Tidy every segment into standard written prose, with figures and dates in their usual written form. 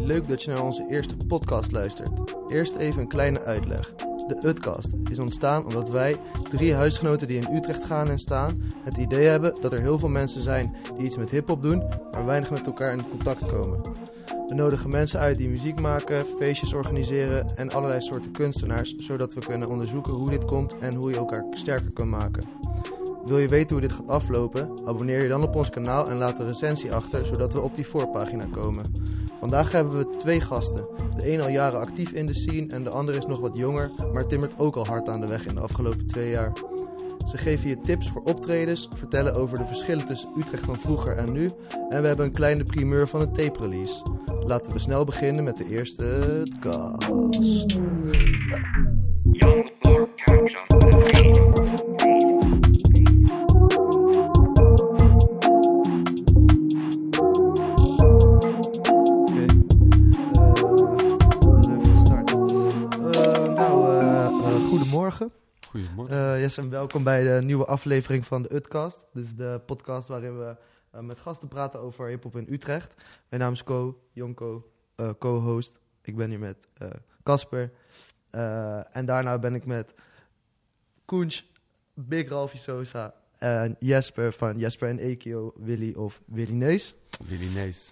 leuk dat je naar onze eerste podcast luistert. Eerst even een kleine uitleg. De Utcast is ontstaan omdat wij, 3 huisgenoten die in Utrecht gaan en staan, het idee hebben dat er heel veel mensen zijn die iets met hiphop doen, maar weinig met elkaar in contact komen. We nodigen mensen uit die muziek maken, feestjes organiseren en allerlei soorten kunstenaars, zodat we kunnen onderzoeken hoe dit komt en hoe je elkaar sterker kan maken. Wil je weten hoe dit gaat aflopen? Abonneer je dan op ons kanaal en laat een recensie achter, zodat we op die voorpagina komen. Vandaag hebben we 2 gasten. De een al jaren actief in de scene en de ander is nog wat jonger, maar timmert ook al hard aan de weg in de afgelopen 2 jaar. Ze geven je tips voor optredens, vertellen over de verschillen tussen Utrecht van vroeger en nu en we hebben een kleine primeur van een tape release. Laten we snel beginnen met de eerste cast. Young Lord Couch on the beat. Goedemorgen. Goedemorgen. Yes, en welkom bij de nieuwe aflevering van de Utcast. Dit is de podcast waarin we met gasten praten over hiphop in Utrecht. Mijn naam is Ko, Jonko, co-host. Ik ben hier met Casper. En daarna ben ik met Koens, Big Ralphie Sosa en Jesper van Jesper en Ekio, Willy of Willy Nees. Willy Nees.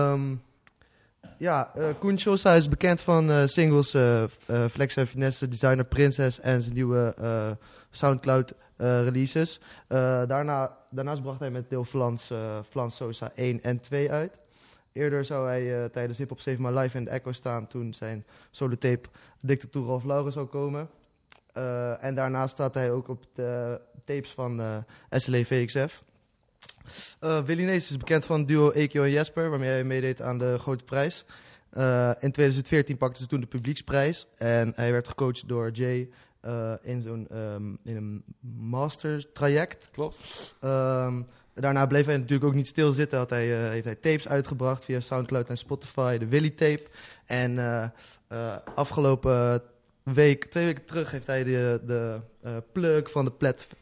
Koen Sosa is bekend van singles Flex en Finesse, Designer Princess en zijn nieuwe Soundcloud releases. Daarnaast bracht hij met Deel Flans Sosa 1 en 2 uit. Eerder zou hij tijdens Hip Hop Save My Life in de Echo staan toen zijn solotape Dictatuur Ralph Lauren zou komen. En daarnaast staat hij ook op de tapes van SLA VXF. Willy Nees is bekend van duo Ekio en Jesper, waarmee hij meedeed aan de Grote Prijs. In 2014 pakte ze toen de publieksprijs en hij werd gecoacht door Jay in een mastertraject. Klopt. Daarna bleef hij natuurlijk ook niet stilzitten. Heeft hij tapes uitgebracht via Soundcloud en Spotify, de Willy tape. En afgelopen 2 weken terug heeft hij de plug van de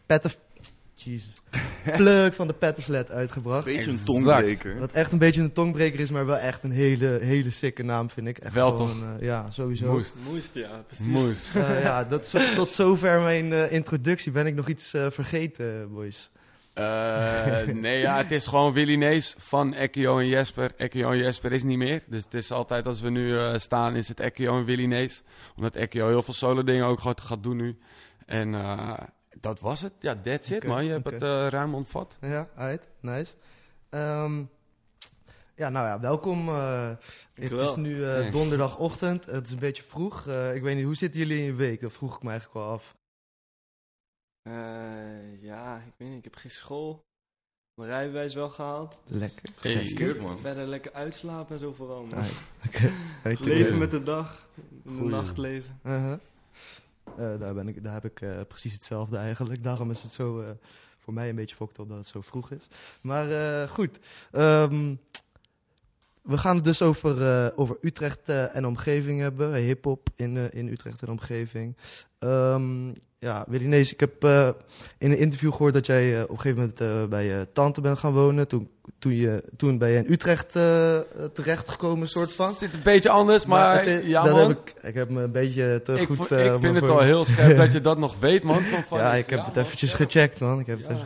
plug van de Petterflat uitgebracht. Een beetje een tongbreker. Wat echt een beetje een tongbreker is, maar wel echt een hele sicke naam, vind ik. Echt wel gewoon, toch? Ja, sowieso. Moest, ja, precies. Moest. Tot zover mijn introductie. Ben ik nog iets vergeten, boys? Het is gewoon Willy Nees van Ekio en Jesper. Ekio en Jesper is niet meer. Dus het is altijd, als we nu staan, is het Ekio en Willy Nees. Omdat Ekio heel veel solo dingen ook gaat doen nu. En dat was het. Ja, that's it, man. Je hebt het ruim ontvat. Ja, alright. Nice. Welkom. Het is nu donderdagochtend. Het is een beetje vroeg. Ik weet niet, hoe zitten jullie in je week? Dat vroeg ik me eigenlijk wel af. Ik weet niet. Ik heb geen school. Mijn rijbewijs wel gehaald. Lekker. Gestuurd, man. Verder lekker uitslapen en zo vooral, man. Right. Leven met de dag. In de Goeie. nacht leven. Daar heb ik precies hetzelfde eigenlijk. Daarom is het zo voor mij een beetje fucked op dat het zo vroeg is. Maar goed. We gaan het dus over Utrecht en omgeving hebben. Hip-hop in Utrecht en omgeving. Willy Nees, ik heb in een interview gehoord dat jij op een gegeven moment bij je tante bent gaan wonen. Toen ben je in Utrecht terechtgekomen, soort van. Het zit een beetje anders, maar ik heb me een beetje te goed... Ik vind het al heel scherp dat je dat nog weet, man. Ik heb het eventjes gecheckt, man.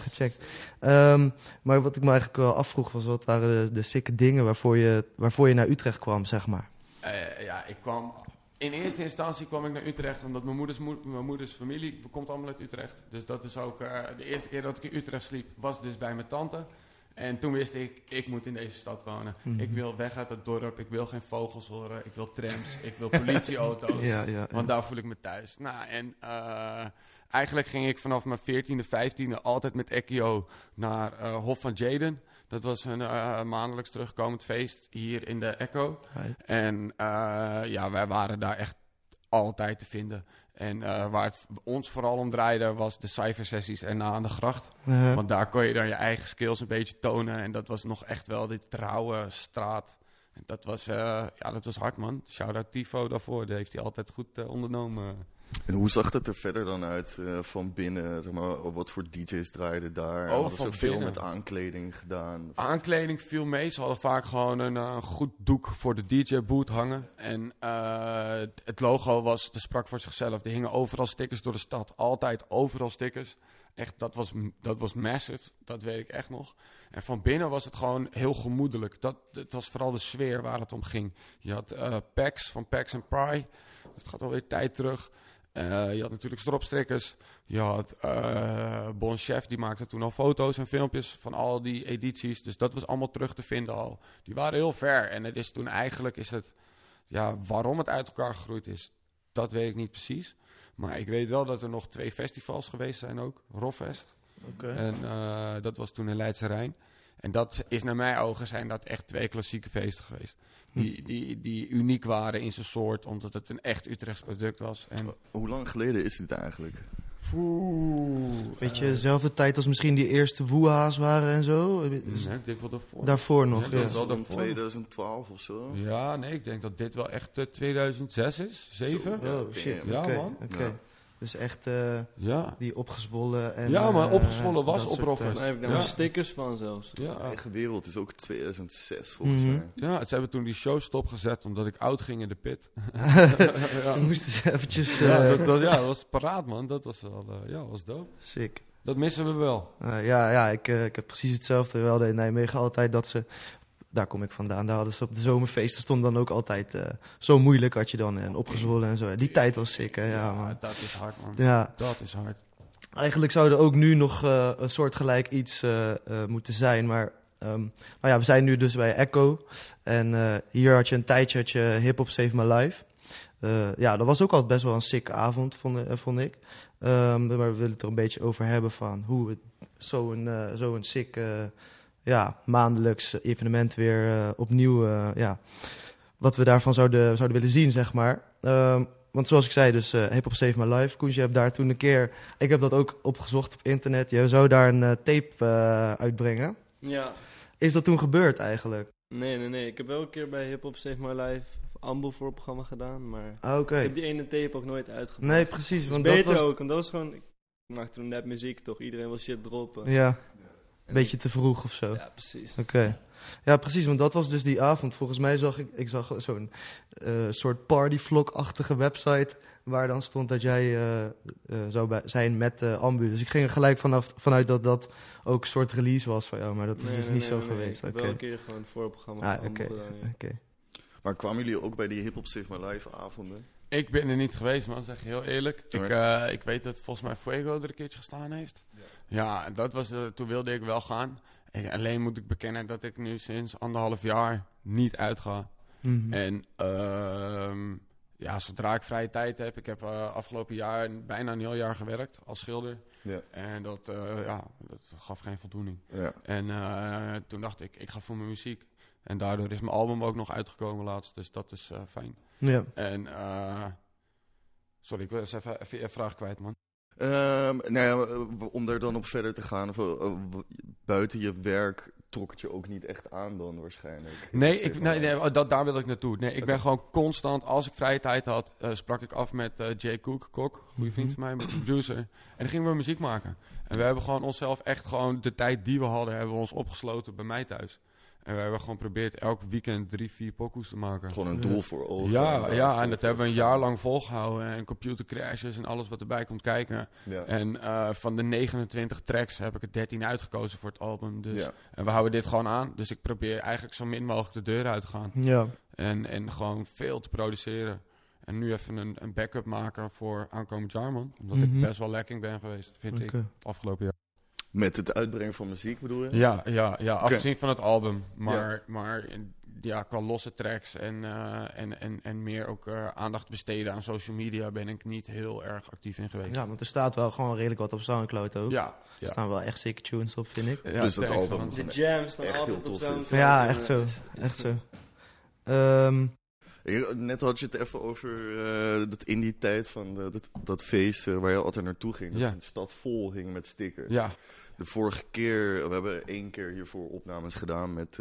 Maar wat ik me eigenlijk wel afvroeg was, wat waren de sicke dingen waarvoor je naar Utrecht kwam, zeg maar? Ik kwam... In eerste instantie kwam ik naar Utrecht omdat mijn moeders familie komt allemaal uit Utrecht. Dus dat is ook de eerste keer dat ik in Utrecht sliep, was dus bij mijn tante. En toen wist ik moet in deze stad wonen. Mm-hmm. Ik wil weg uit het dorp, ik wil geen vogels horen, ik wil trams, ik wil politieauto's. Want daar voel ik me thuis. Eigenlijk ging ik vanaf mijn 14e, 15e altijd met Ekio naar Hof van Jaden. Dat was een maandelijks terugkomend feest hier in de Echo. Right. En wij waren daar echt altijd te vinden. En waar het ons vooral om draaide was de cyphersessies erna aan de gracht. Uh-huh. Want daar kon je dan je eigen skills een beetje tonen. En dat was nog echt wel dit rauwe straat. En dat was hard, man. Shout-out Tifo daarvoor. Dat heeft hij altijd goed ondernomen. En hoe zag het er verder dan uit van binnen? Zeg maar, wat voor DJ's draaiden daar? Hadden van ze veel binnen. met aankleding gedaan? Aankleding viel mee. Ze hadden vaak gewoon een goed doek voor de DJ-boot hangen. En het logo sprak voor zichzelf. Er hingen overal stickers door de stad. Altijd overal stickers. Echt, dat was massive. Dat weet ik echt nog. En van binnen was het gewoon heel gemoedelijk. Het was vooral de sfeer waar het om ging. Je had Pax van Pax & Pry. Dat gaat alweer tijd terug. Je had natuurlijk stropstrikkers. Je had Bon Chef, die maakte toen al foto's en filmpjes van al die edities. Dus dat was allemaal terug te vinden al. Die waren heel ver. En het is toen eigenlijk, waarom het uit elkaar gegroeid is, dat weet ik niet precies. Maar ik weet wel dat er nog 2 festivals geweest zijn ook. Roffest. Oké. En dat was toen in Leidse Rijn. En dat is naar mijn ogen zijn dat echt 2 klassieke feesten geweest. Die uniek waren in zijn soort, omdat het een echt Utrechts product was. En Hoe lang geleden is dit eigenlijk? Beetje dezelfde tijd als misschien die eerste woeha's waren en zo? nee, ik denk wel daarvoor. Daarvoor nog, Ja, ja. dat is wel In daarvoor. 2012 of zo? Ja, nee, ik denk dat dit wel echt 2006 is. 7? Zo. Oh, shit. Ja, Oké, man. oké. Ja. Dus echt Ja. die opgezwollen en... Ja, maar opgezwollen was dat op soort, Rockfest. Daar heb ik daar Ja. nog stickers van zelfs. Ja. Eigen Wereld is ook 2006 volgens Mhm. mij. Ja, ze hebben toen die show stopgezet omdat ik oud ging in de pit. Dan moesten ze eventjes... Dat was paraat, man. Dat was wel, was dope. Sick. Dat missen we wel. Ik heb precies hetzelfde. We hadden in Nijmegen altijd dat ze... Daar kom ik vandaan. Daar hadden ze op de zomerfeesten stond dan ook altijd... zo moeilijk had je dan en opgezwollen en zo. Die tijd was sick, hè. Ja, man. Dat is hard, man. Ja, Dat is hard. eigenlijk zou er ook nu nog een soortgelijk iets moeten zijn. Maar we zijn nu dus bij Echo. En hier had je een tijdje Hip Hop Save My Life. Dat was ook altijd best wel een sick avond, vond ik. Maar we willen het er een beetje over hebben van hoe het zo'n sick maandelijks evenement weer opnieuw... wat we daarvan zouden willen zien, zeg maar. Want zoals ik zei, dus Hip Hop Save My Life. Koens, je hebt daar toen een keer... Ik heb dat ook opgezocht op internet. Je zou daar een tape uitbrengen. Ja. Is dat toen gebeurd eigenlijk? Nee. Ik heb wel een keer bij Hip Hop Save My Life Ambo voor het programma gedaan, maar Oké. ik heb die ene tape ook nooit uitgebracht. Nee, precies. Dat is Want beter dat was... ook, want dat was gewoon... Ik maakte toen net muziek, toch? Iedereen wil shit droppen. Ja, En een beetje te vroeg of zo. Ja, precies. Oké. Ja, precies, want dat was dus die avond. Volgens mij zag ik zo'n soort partyvlog-achtige website... waar dan stond dat jij zou zijn met Ambu. Dus ik ging er gelijk vanuit dat dat ook een soort release was van jou. Maar dat is dus niet zo geweest. Ik heb Oké. wel een keer gewoon het voorprogramma Ah, van Ambo oké. gedaan, ja. Oké. Maar kwamen jullie ook bij die Hip Hop Save My Life avonden? Ik ben er niet geweest, man. Zeg je heel eerlijk. Ik weet dat volgens mij Fuego er een keertje gestaan heeft. Ja, dat was toen wilde ik wel gaan. Alleen moet ik bekennen dat ik nu sinds 1,5 jaar niet uitga. Mhm. En zodra ik vrije tijd heb... Ik heb afgelopen jaar bijna een heel jaar gewerkt als schilder. Ja. En dat gaf geen voldoening. Ja. En toen dacht ik ga voor mijn muziek. En daardoor is mijn album ook nog uitgekomen laatst. Dus dat is fijn. Ja. En sorry, ik was even je vraag kwijt, man. Om daar dan op verder te gaan, buiten je werk trok het je ook niet echt aan dan waarschijnlijk. Daar wil ik naartoe. Nee, ik ben gewoon constant, als ik vrije tijd had, sprak ik af met Jay Kok, goede vriend van mij, met de producer. En dan gingen we muziek maken. En we hebben gewoon onszelf echt gewoon, de tijd die we hadden, hebben we ons opgesloten bij mij thuis. En we hebben gewoon geprobeerd elk weekend 3-4 pokoes te maken. Gewoon een doel voor ogen. Ja, en dat hebben we een jaar lang volgehouden. En computercrashes en alles wat erbij komt kijken. Ja. En van de 29 tracks heb ik er 13 uitgekozen voor het album. Dus. Ja. En we houden dit gewoon aan. Dus ik probeer eigenlijk zo min mogelijk de deur uit te gaan. Ja. En gewoon veel te produceren. En nu even een backup maken voor aankomend jaar, man. Omdat ik best wel lekking ben geweest, vind ik, het afgelopen jaar. Met het uitbrengen van muziek bedoel je? Ja, afgezien van het album. Maar qua losse tracks en meer ook aandacht besteden aan social media ben ik niet heel erg actief in geweest. Ja, want er staat wel gewoon redelijk wat op Soundcloud ook. Ja. Er staan wel echt sick tunes op, vind ik. Ja, Dus dat thanks, album. man. De jams staan Echt altijd heel op tof Soundcloud. is. Ja, echt zo. Echt zo. Net had je het even over dat in die tijd van dat feest waar je altijd naartoe ging. Dat Ja. de stad vol hing met stickers. Ja. De vorige keer, we hebben 1 keer hiervoor opnames gedaan met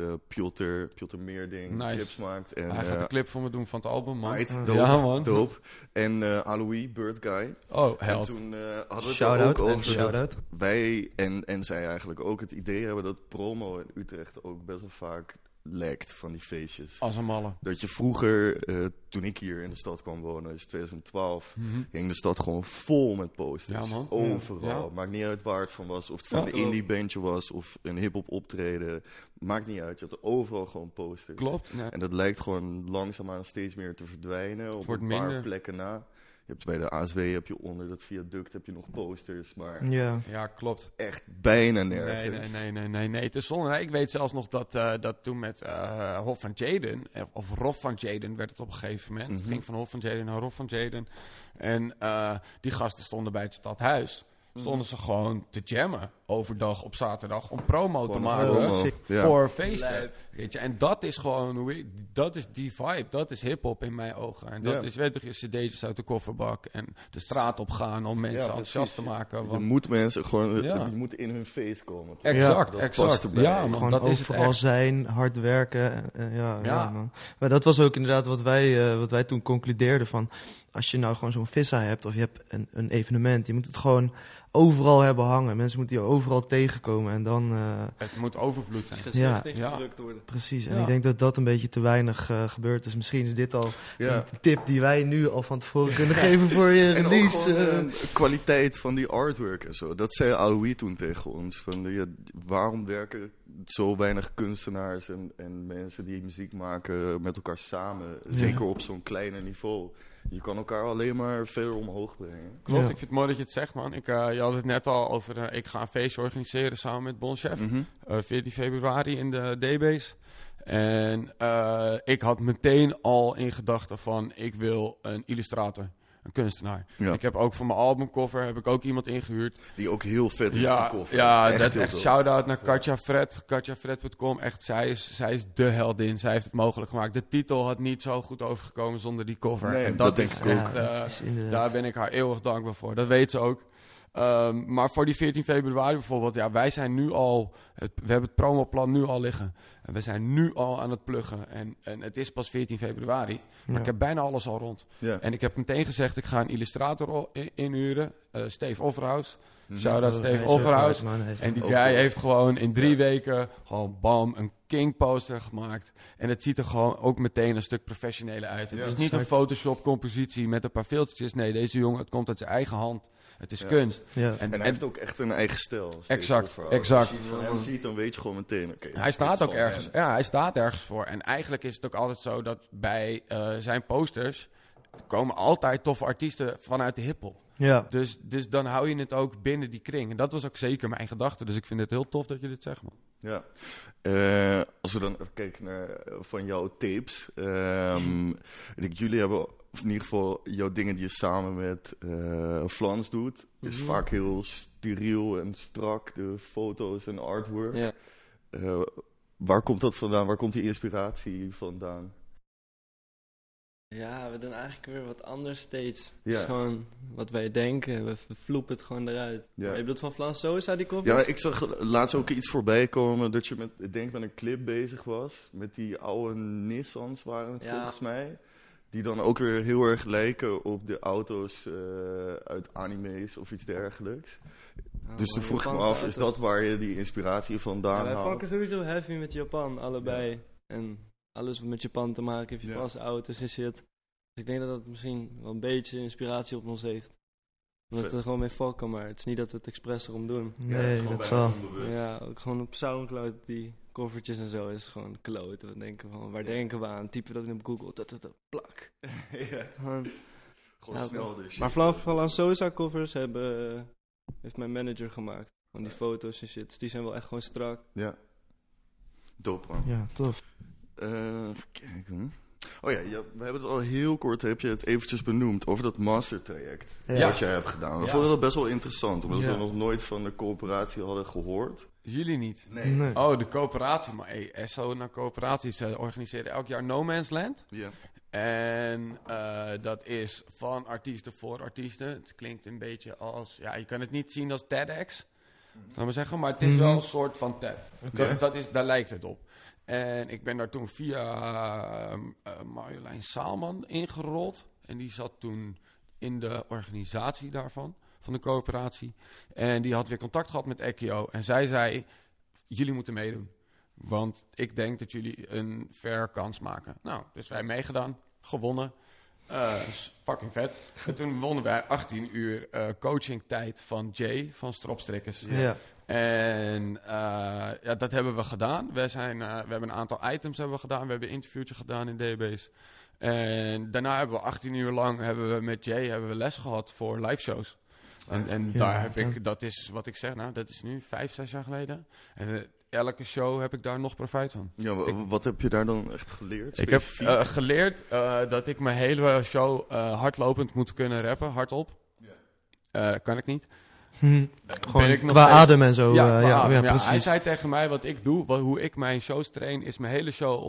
Piotr Meerding, Nice. clips maakt. En, Hij gaat de clip voor me doen van het album, man. dope, Ja, man. dope. En Alois, Bird Guy. Oh, En held. toen hadden we het er Shout-out ook en over dat shout-out. wij en zij eigenlijk ook het idee hebben dat promo in Utrecht ook best wel vaak lekt van die feestjes. Als een malle. Dat je vroeger, toen ik hier in de stad kwam wonen, is 2012, ging de stad gewoon vol met posters. Ja, man. Overal. Ja. Maakt niet uit waar het van was. Of het van Ja. een indie bandje was of een hip-hop optreden. Maakt niet uit. Je had overal gewoon posters. Klopt. Nee. En dat lijkt gewoon langzaamaan steeds meer te verdwijnen. Op wordt een paar minder. plekken na. Je hebt bij de ASW heb je onder dat viaduct heb je nog posters. Maar Ja. Ja, klopt. echt bijna nergens. Nee. Het is zonde. Nee, ik weet zelfs nog dat toen met Hof van Jaden, of Rof van Jaden werd het op een gegeven moment. Het ging van Hof van Jaden naar Rof van Jaden. En die gasten stonden bij het stadhuis. Stonden ze gewoon te jammen overdag op zaterdag om promo te Gewoon maken promo. Sick. Ja. voor feesten. Lijp. Weet je? En dat is gewoon, dat is die vibe, dat is hip-hop in mijn ogen. En dat Ja. is, weet je, cd'tjes uit de kofferbak en de straat op gaan om mensen Ja, enthousiast te precies. maken. Je Want moet mensen gewoon, Ja. die moeten in hun face komen. toch? exact, dat exact. past erbij. Ja, man, Gewoon dat is het overal echt. zijn, hard werken. Ja, Ja. man. Maar dat was ook inderdaad wat wij toen concludeerden van... Als je nou gewoon zo'n vissa hebt of je hebt een evenement... Je moet het gewoon overal hebben hangen. Mensen moeten je overal tegenkomen en dan... Het moet overvloed zijn. Gezicht Ja. ingedrukt worden. Precies, en Ja. ik denk dat dat een beetje te weinig gebeurt. Dus misschien is dit al Ja. een tip die wij nu al van tevoren kunnen geven voor je En ook release. gewoon de kwaliteit van die artwork en zo. Dat zei Alois toen tegen ons. Van, waarom werken zo weinig kunstenaars en mensen die muziek maken met elkaar samen? Zeker op zo'n kleiner niveau. Je kan elkaar alleen maar verder omhoog brengen. Klopt, Ja. ik vind het mooi dat je het zegt, man. Je had het net al over, ik ga een feestje organiseren samen met Bonchef. 14 februari in de D-Base. En ik had meteen al in gedachten van, ik wil een illustrator. Een kunstenaar. Ja. Ik heb ook voor mijn albumcover heb ik ook iemand ingehuurd. Die ook heel vet is, Ja, die koffer. ja, Echt dat heel echt tof. shout-out naar Katja Fred. KatjaFred.com. Echt, zij is de heldin. Zij heeft het mogelijk gemaakt. De titel had niet zo goed overgekomen zonder die cover. Nee, en dat denk is ik ook. echt, dat is inderdaad- daar ben ik haar eeuwig dankbaar voor. Dat weet ze ook. Maar voor die 14 februari bijvoorbeeld, ja, wij zijn nu al... we hebben het promoplan nu al liggen. En we zijn nu al aan het pluggen. En het is pas 14 februari. Maar Ja. ik heb bijna alles al rond. Ja. En ik heb meteen gezegd, ik ga een illustrator inhuren. Steve Offerhaus. Mhm. Shout-out Oh, Steve hij is ook Offerhaus. hard, man. Hij is En die ook guy wel. heeft gewoon in 3 Ja. weken gewoon bam, een king poster gemaakt. En het ziet er gewoon ook meteen een stuk professioneler uit. Het Ja, is dat niet is een Photoshop compositie met een paar filtertjes. Nee, deze jongen, het komt uit zijn eigen hand. Het is Ja. kunst. Ja. En hij heeft ook echt een eigen stijl. Steve Exact, Offerhaus. exact. Als je iets van hem ziet, dan weet je gewoon meteen, oké, Hij dit staat is ook van ergens. hem. Ja, hij staat ergens voor. En eigenlijk is het ook altijd zo dat bij zijn posters komen altijd toffe artiesten vanuit de hiphop. Ja. Dus dan hou je het ook binnen die kring. En dat was ook zeker mijn gedachte. Dus ik vind het heel tof dat je dit zegt, man. Ja. Als we dan even kijken naar van jouw tapes. Ik denk, jullie hebben, of in ieder geval, jouw dingen die je samen met Flans doet, is vaak heel steriel en strak. De foto's en artwork. Ja. Waar komt dat vandaan? Waar komt die inspiratie vandaan? Ja, we doen eigenlijk weer wat anders steeds. Ja. Het is gewoon wat wij denken. We vloepen het gewoon eruit. Ja. Maar je bedoelt van Flans Sosa die koffer? Ja, ik zag laatst ook iets voorbij komen dat je met, ik denk met een clip bezig was. Met die oude Nissans waren het Ja. volgens mij. Die dan ook weer heel erg lijken op de auto's uit anime's of iets dergelijks. Oh, Dus toen man, vroeg ik me Japanse af, is auto's. dat waar je die inspiratie Ja, vandaan wij haalt? pakken sowieso heavy met Japan, allebei. En alles wat met Japan te maken heeft, Japanse auto's en shit. Dus ik denk dat dat misschien wel een beetje inspiratie op ons heeft. Omdat Vet. we er gewoon mee fokken, maar het is niet dat we het expres erom doen. Ja, het is Nee, gewoon dat bijna zal. onbewust. Ja, ook gewoon op Soundcloud, die covertjes en zo, is gewoon kloten. We denken van, waar denken we aan? Typen dat in op Google, plak. Ja, Gewoon. gewoon Ja, snel dus. Maar Flans Sosa covers heeft mijn manager gemaakt. Van die foto's en shit. Dus die zijn wel echt gewoon strak. Ja. Dope, man. Ja, tof. Even kijken. Oh ja, we hebben het al heel kort, heb je het eventjes benoemd, over dat mastertraject. Ja. Wat jij hebt gedaan. We Ja. vonden dat best wel interessant, omdat Ja. we nog nooit van de coöperatie hadden gehoord. Jullie niet. Nee. Oh, de coöperatie. Maar SO naar coöperaties organiseren elk jaar No Man's Land. Ja. En dat is van artiesten voor artiesten. Het klinkt een beetje als... Ja, je kan het niet zien als TEDx. Laat maar zeggen. Maar het is wel een soort van TED. Oké. Daar lijkt het op. En ik ben daar toen via Marjolein Saalman ingerold. En die zat toen in de organisatie daarvan, van de coöperatie. En die had weer contact gehad met Ekio. En zij zei, jullie moeten meedoen. Want ik denk dat jullie een fair kans maken. Nou, dus wij meegedaan, gewonnen. Fucking vet. En toen wonnen wij 18 uur coachingtijd van Jay van Stropstrikkers. Ja. En dat hebben we gedaan. We hebben een aantal items gedaan. We hebben een interviewtje gedaan in DB's. En daarna hebben we 18 uur lang met Jay les gehad voor live shows. En daar heb ik, dat is wat ik zeg, nou, dat is nu 5-6 jaar geleden. En elke show heb ik daar nog profijt van. Ja, wat heb je daar dan echt geleerd? Ik heb specifiek? geleerd dat ik mijn hele show hardlopend moet kunnen rappen, hardop. Kan ik niet. Gewoon ik nog qua steeds- adem en zo. Ja, Ja, hij precies. zei tegen mij wat ik doe, hoe ik mijn shows train, is mijn hele show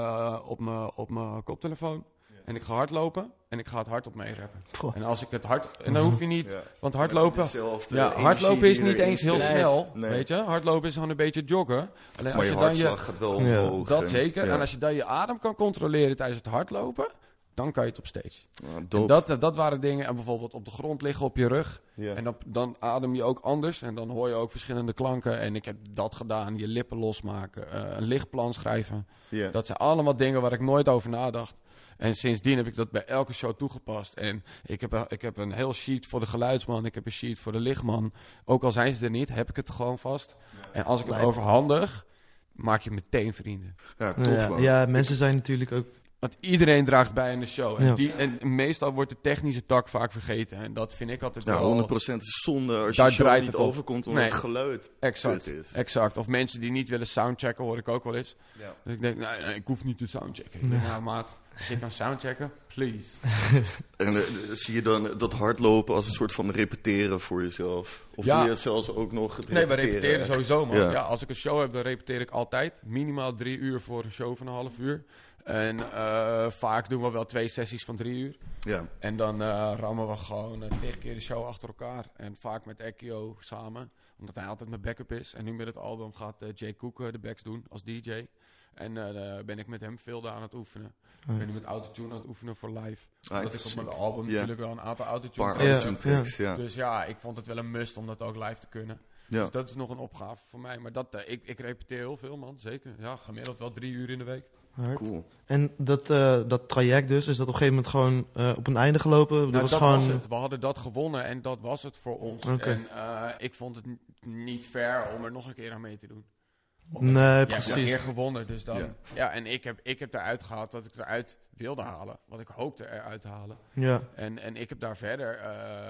op mijn koptelefoon. En ik ga hardlopen en ik ga het hardop meerappen. Goh. En als ik het en dan hoef je niet, Ja. want hardlopen... Dezelfde Ja, energie hardlopen die is niet erin eens heel steekt. snel, Nee. weet je. Hardlopen is gewoon een beetje joggen. Alleen Maar als je je dan hartslag gaat wel Ja. omhoog. dat en- zeker. ja. En als je dan je adem kan controleren tijdens het hardlopen, dan kan je het op stage. Ja, En dope. dat waren dingen. En bijvoorbeeld op de grond liggen op je rug. Ja. En dan adem je ook anders. En dan hoor je ook verschillende klanken. En ik heb dat gedaan. Je lippen losmaken. Een lichtplan schrijven. Ja. Dat zijn allemaal dingen waar ik nooit over nadacht. En sindsdien heb ik dat bij elke show toegepast. En ik heb een heel sheet voor de geluidsman. Ik heb een sheet voor de lichtman. Ook al zijn ze er niet, heb ik het gewoon vast. En als ik het overhandig, maak je meteen vrienden. Ja, tof man. Ja, mensen zijn natuurlijk ook... Want iedereen draagt bij in de show. En, Ja. en meestal wordt de technische tak vaak vergeten. En dat vind ik altijd Ja, wel... 100% is zonde als je Daar show draait niet het op. overkomt omdat Nee. het geluid Exact, kut is. exact. Of mensen die niet willen soundchecken, hoor ik ook wel eens. Ja. Dus ik denk, nee, ik hoef niet te soundchecken. Ik denk, nou maat, als je kan soundchecken, please. En zie je dan dat hardlopen als een soort van repeteren voor jezelf? Of Ja. doe je het zelfs ook nog het Nee, we repeteren? repeteren sowieso, man. Ja. Ja, als ik een show heb, dan repeteer ik altijd. Minimaal 3 uur voor een show van een half uur. En vaak doen we wel 2 sessies van 3 uur. Ja. En dan rammen we gewoon 9 keer de show achter elkaar. En vaak met Ekio samen, omdat hij altijd mijn backup is. En nu met het album gaat Jay Cook de backs doen als DJ. En ben ik met hem veel daar aan het oefenen. Ik ben nu met autotune aan het oefenen voor live. Omdat ik op mijn album Ja. natuurlijk wel een aantal Een autotune paar tracks autotune heb. tracks, ja. Dus ja, ik vond het wel een must om dat ook live te kunnen. Ja. Dus dat is nog een opgave voor mij. Maar dat, ik repeteer heel veel, man. Zeker. Ja, gemiddeld wel 3 uur in de week. Hard. Cool. En dat traject dus, is dat op een gegeven moment gewoon op een einde gelopen? Nou, was dat gewoon... was het. We hadden dat gewonnen en dat was het voor ons. Oké. En ik vond het niet fair om er nog een keer aan mee te doen. Nee, Je hebt precies. meer gewonnen, dus dan... Ja. Ja, en ik heb eruit gehaald wat ik eruit wilde halen. Wat ik hoopte eruit te halen. Ja. En ik heb daar verder...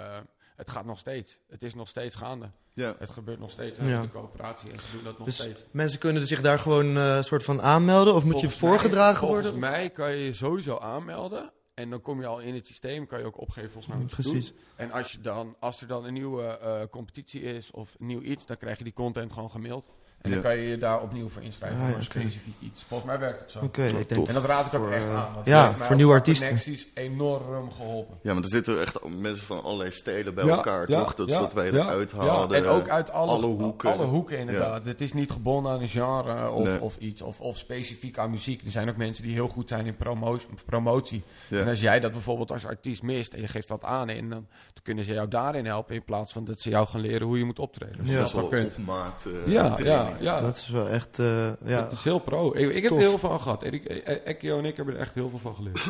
het gaat nog steeds. Het is nog steeds gaande. Ja. Het gebeurt nog steeds Ja. in de coöperatie. En ze doen dat nog Dus steeds. mensen kunnen zich daar gewoon soort van aanmelden? Of moet je Volgens mij- voorgedragen worden? Volgens mij kan je je sowieso aanmelden. En dan kom je al in het systeem. Kan je ook opgeven volgens mij wat je Precies. doet. En als er dan een nieuwe competitie is of nieuw iets, dan krijg je die content gewoon gemaild. En dan Ja. kan je je daar opnieuw voor inschrijven Ah, voor ja, een oké. specifiek iets. Volgens mij werkt het zo. Oké, ik denk... tof. En dat raad ik ook Voor, echt aan. Want ja, het heeft mij voor nieuwe qua artiesten. connecties enorm geholpen. Ja, maar er zitten echt mensen van allerlei steden bij Ja, elkaar, ja, toch? Dat is ja, wat wij ja, eruit ja. haalden. En ook uit alle hoeken. Alle hoeken inderdaad. Het is niet gebonden aan een genre Nee. of iets. Of specifiek aan muziek. Er zijn ook mensen die heel goed zijn in promotie. Ja. En als jij dat bijvoorbeeld als artiest mist en je geeft dat aan, en dan kunnen ze jou daarin helpen in plaats van dat ze jou gaan leren hoe je moet optreden. Dus Ja. dat Dat is wel kunt. op maat Ja, training. ja. Dat is wel echt... ja. Dat is heel pro. Ik heb Tof. er heel veel van gehad. Ekio en ik hebben er echt heel veel van geleerd.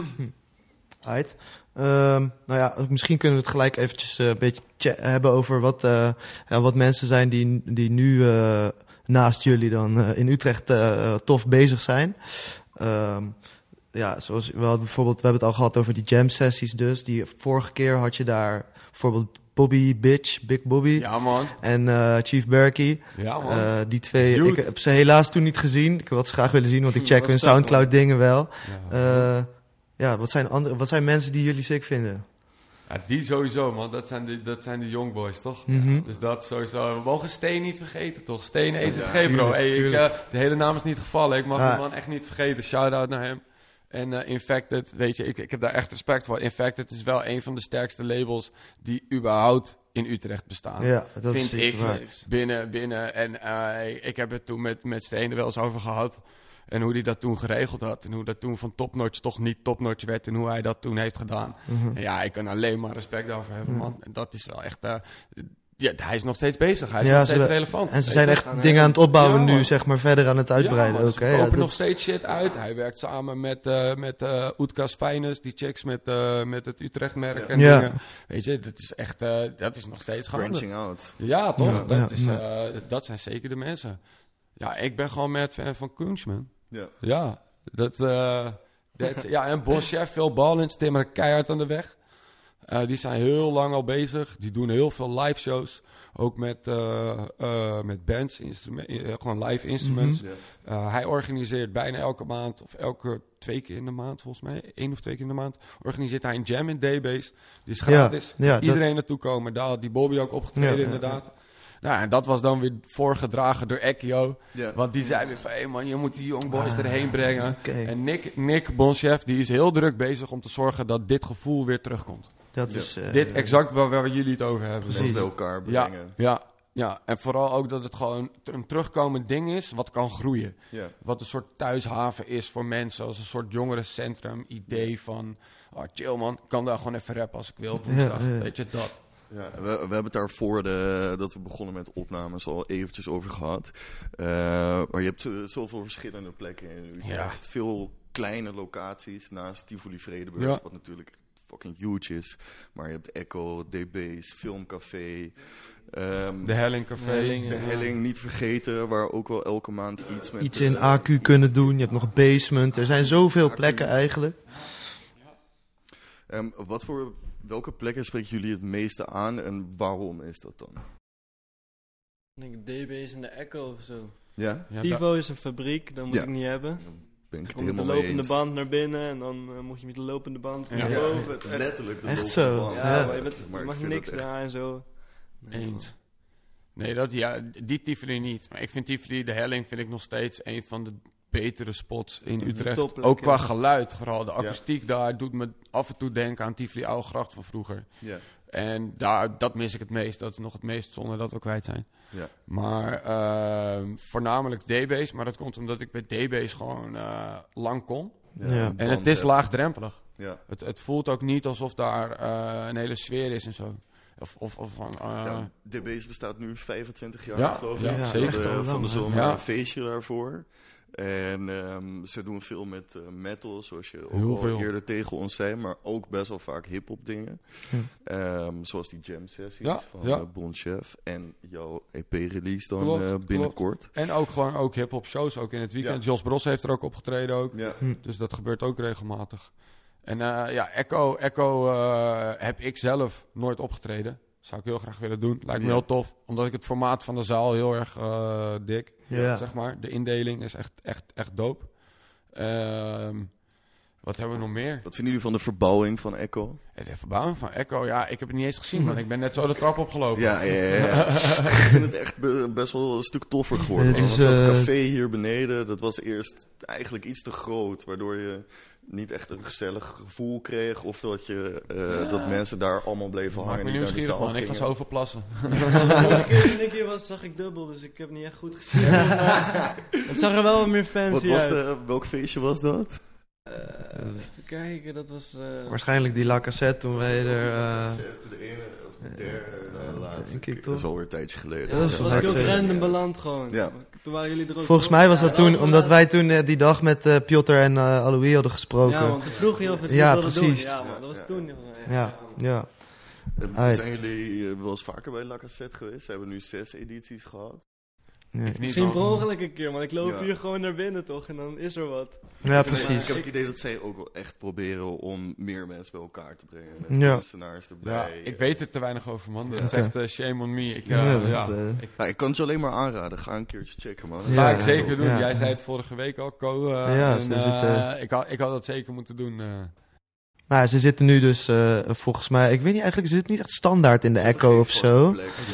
Right. Nou ja, misschien kunnen we het gelijk eventjes een beetje hebben over wat mensen zijn die nu naast jullie dan in Utrecht tof bezig zijn. Ja, zoals we hadden bijvoorbeeld, we hebben het al gehad over die jam sessies dus. Die vorige keer had je daar bijvoorbeeld Bobby Bitch, Big Bobby Ja, man. en Chief Berkey. Ja, man. Die twee, Youth. ik heb ze helaas toen niet gezien. Ik had ze graag willen zien, want ik check Was hun vet, man. Soundcloud dingen wel. Ja. Ja, wat zijn mensen die jullie sick vinden? Ja, die sowieso, man. Dat zijn de young boys, toch? Mhm. Dus dat sowieso. We mogen Steen niet vergeten, toch? Steen EZG, bro. tuurlijk, Hey, tuurlijk. de hele naam is niet gevallen. Ik mag Ja. die man echt niet vergeten. Shout-out naar hem. En Infected, weet je, ik heb daar echt respect voor. Infected is wel een van de sterkste labels die überhaupt in Utrecht bestaan. Ja, dat is vind zeker ik waar. binnen. En ik heb het toen met Steen er wel eens over gehad. En hoe hij dat toen geregeld had. En hoe dat toen van topnotch toch niet topnotch werd. En hoe hij dat toen heeft gedaan. Mhm. En ja, ik kan alleen maar respect over hebben, man. En dat is wel echt... ja, hij is nog steeds bezig. Hij is Ja, nog steeds ze- relevant. En ze weet zijn je? echt gaan dingen aan het opbouwen Ja, nu, man. zeg maar, verder aan het uitbreiden Ja, ook. man, Hè? ze Ja, kopen nog dat- steeds shit uit. Hij werkt samen met Oetkas Finest, die chicks met het Utrecht-merk en Ja. dingen. Weet je, dat is echt, dat is nog steeds gaande. Branching out. Ja, toch? Ja, dat, ja, is, ja. dat zijn zeker de mensen. Ja, ik ben gewoon mad fan van Kunst, man. Ja. Ja, ja, en Bon Chef, Phil Ballins, timmeren keihard aan de weg. Die zijn heel lang al bezig. Die doen heel veel live shows. Ook met bands, gewoon live instruments. Ja. Hij organiseert bijna elke maand, of elke 2 keer in de maand volgens mij, 1 of 2 keer in de maand, organiseert hij een jam in D-Base. Die is gratis. Ja, Kan iedereen naartoe komen. Daar had die Bobby ook opgetreden, Ja, inderdaad. Nou, en dat was dan weer voorgedragen door Ekio. Ja. Want die zei weer van, hé man, je moet die young boys erheen brengen. Oké. En Nick Bonchef, die is heel druk bezig om te zorgen dat dit gevoel weer terugkomt. Dat Ja. is... Dit exact waar jullie het over hebben. Mensen bij elkaar Ja, brengen. ja, en vooral ook dat het gewoon een terugkomend ding is wat kan groeien. Ja. Wat een soort thuishaven is voor mensen. Als een soort jongerencentrum idee van... Oh, chill man, ik kan daar gewoon even rappen als ik wil op woensdag. Ja, ja. Weet je, dat. Ja, we hebben het daar voor dat we begonnen met opnames al eventjes over gehad. Maar je hebt zoveel verschillende plekken in Utrecht. Ja. Veel kleine locaties naast Tivoli Vredenburg, Ja. wat natuurlijk fucking huge is. Maar je hebt Echo, DB's, Filmcafé. De Helling Café. Helling, de Helling niet vergeten, waar ook wel elke maand iets met... iets in AQ kunnen doen. Je hebt nog Basement. Er zijn zoveel plekken eigenlijk. Welke plekken spreken jullie het meeste aan en waarom is dat dan? Ik denk DB's en de Echo of zo. Ja? Ja, Tivo is een fabriek, dat moet Ja. ik niet hebben. Ben ik Je het komt met de helemaal mee lopende eens. band naar binnen en dan moet je met de lopende band naar Ja. boven. Het is echt- Letterlijk de Echt lopende zo? band. Ja, Ja. maar je, bent, Maar je ik mag vind niks het echt- daar en zo. Nee, Eens. Nee, die Tivoli niet. Maar ik vind Tivoli, de Helling, vind ik nog steeds een van de betere spots in Utrecht. topplek, Ook qua ja. geluid, vooral. De akoestiek daar doet me af en toe denken aan Tivoli Oude Gracht van vroeger. Ja. En dat mis ik het meest. Dat is nog het meest zonde dat we kwijt zijn. Ja. Maar voornamelijk D-Base. Maar dat komt omdat ik bij D-Base gewoon lang kom. Ja. een En band het is hebben. laagdrempelig. Ja. Het voelt ook niet alsof daar een hele sfeer is en zo. Of van... Ja, DB's bestaat nu 25 jaar, Ja, geloof ik. ja, We zeker. hadden Echt al van de lang, zomer ja. een feestje daarvoor. En ze doen veel met metal, zoals je ook Heel al veel. eerder tegen ons zei. Maar ook best wel vaak hip-hop dingen. Hm. Zoals die jam sessies Ja, van ja. Bon Chef. En jouw EP-release dan Klopt, binnenkort. En ook gewoon ook hip-hop shows, ook in het weekend. Ja. Jos Bros heeft er ook opgetreden ook. Ja. Dus dat gebeurt ook regelmatig. En ja, Echo heb ik zelf nooit opgetreden. Zou ik heel graag willen doen. Lijkt me Ja. heel tof. Omdat ik het formaat van de zaal heel erg dik. Ja. Zeg maar. De indeling is echt dope. Wat hebben we nog meer? Wat vinden jullie van de verbouwing van Echo? De verbouwing van Echo. Ja, ik heb het niet eens gezien. Want ik ben net zo de trap opgelopen. Ja. Ik vind het echt best wel een stuk toffer geworden. Het man. is, Want dat eh, café hier beneden, dat was eerst eigenlijk iets te groot. Waardoor je niet echt een gezellig gevoel kreeg. Of dat, dat mensen daar allemaal bleven Maak hangen. me die naar de nieuwsgierig, zaal man. Ik ga gingen. zo verplassen. De keer toen ik hier was, zag ik dubbel, dus ik heb niet echt goed gezien. Maar het zag er wel wat meer Wat fancy was uit. welk feestje was dat? Even kijken, dat was... Waarschijnlijk die La Cassette toen wij er... De ene of de derde, laatste. denk ik Dat toch? is alweer een tijdje geleden. Ja, dat is was wel ik heel zeker. random beland gewoon. Ja. Toen waren jullie er ook. Volgens toch? mij was dat Ja, toen, was omdat wel- wij toen die dag met Piotr en Alois hadden gesproken. Ja, want toen vroeg je of het Ja, wilde doen. precies. Ja, man, dat was Ja. toen. Ja. Uit. Zijn jullie wel eens vaker bij La Cassette geweest? Ze hebben nu 6 edities gehad. Nee. Niet Misschien per dan. ongeluk een keer, want ik loop Ja. hier gewoon naar binnen toch en dan is er wat. Ja, Ik precies. heb het idee dat zij ook wel echt proberen om meer mensen bij elkaar te brengen. Met Ja. kunstenaars Ja, erbij. ik weet er te weinig over, man. Dat Ja. is echt shame on me. Ik kan het je alleen maar aanraden. Ga een keertje checken, man. Ja. Ga ik zeker doen. Ja. Jij zei het vorige week al, Co. Ja, en, ze zitten- ik had dat zeker moeten doen. Maar ze zitten nu dus volgens mij... Ik weet niet eigenlijk, ze zitten niet echt standaard in de Echo of zo.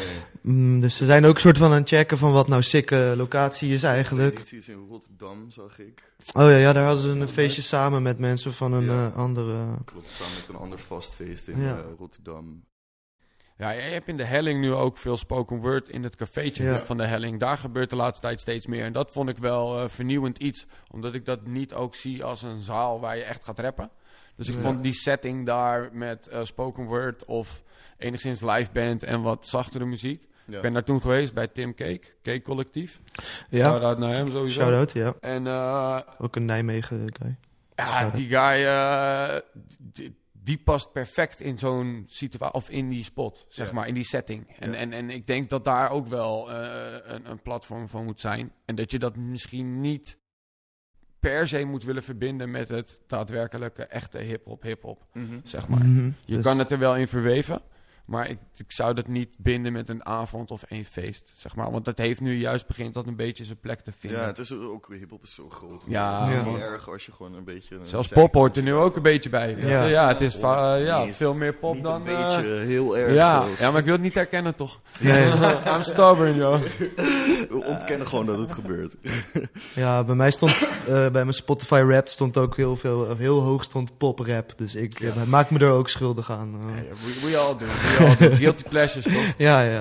Dus ze zijn ook een soort van aan het checken van wat nou sicke locatie is eigenlijk. Edities in Rotterdam zag ik. Oh ja, daar hadden ze een feestje samen met mensen van een andere... Klopt, samen met een ander vastfeest in Ja. Rotterdam. Ja, je hebt in de Helling nu ook veel spoken word in het cafeetje Ja. van de Helling. Daar gebeurt de laatste tijd steeds meer. En dat vond ik wel vernieuwend iets. Omdat ik dat niet ook zie als een zaal waar je echt gaat rappen. Dus ik Ja. vond die setting daar met spoken word of enigszins live band en wat zachtere muziek. Ja. Ik ben daar toen geweest bij Tim Cake Collectief. Ja, Shout-out naar hem sowieso. shout-out, ja. En Ook een Nijmegen guy. ja, Shout-out. die guy, die past perfect in zo'n situatie, of in die spot, zeg Ja. maar, in die setting. En, Ja. en ik denk dat daar ook wel een platform van moet zijn. En dat je dat misschien niet per se moet willen verbinden met het daadwerkelijke, echte hip-hop, Mhm. zeg maar. Mhm. Je Dus- kan het er wel in verweven, maar ik zou dat niet binden met een avond of één feest, zeg maar. Want dat heeft nu juist begint dat een beetje zijn plek te vinden. Ja, het is ook, hiphop is zo groot. Ja, het is man. niet erg als je gewoon een beetje... een Zelfs zijkant- pop hoort er nu ook een beetje bij. Weet Ja. je? Ja, het is Niet- veel meer pop Niet dan... een beetje, heel erg ja. zelfs. Ja, maar ik wil het niet herkennen, toch? Nee. I'm stubborn, joh. We ontkennen gewoon dat het gebeurt. Ja, bij mij stond, bij mijn Spotify rap stond ook heel hoog stond pop rap. Dus ik maak me er ook schuldig aan. We all do. We all do. Guilty pleasures, toch? Ja.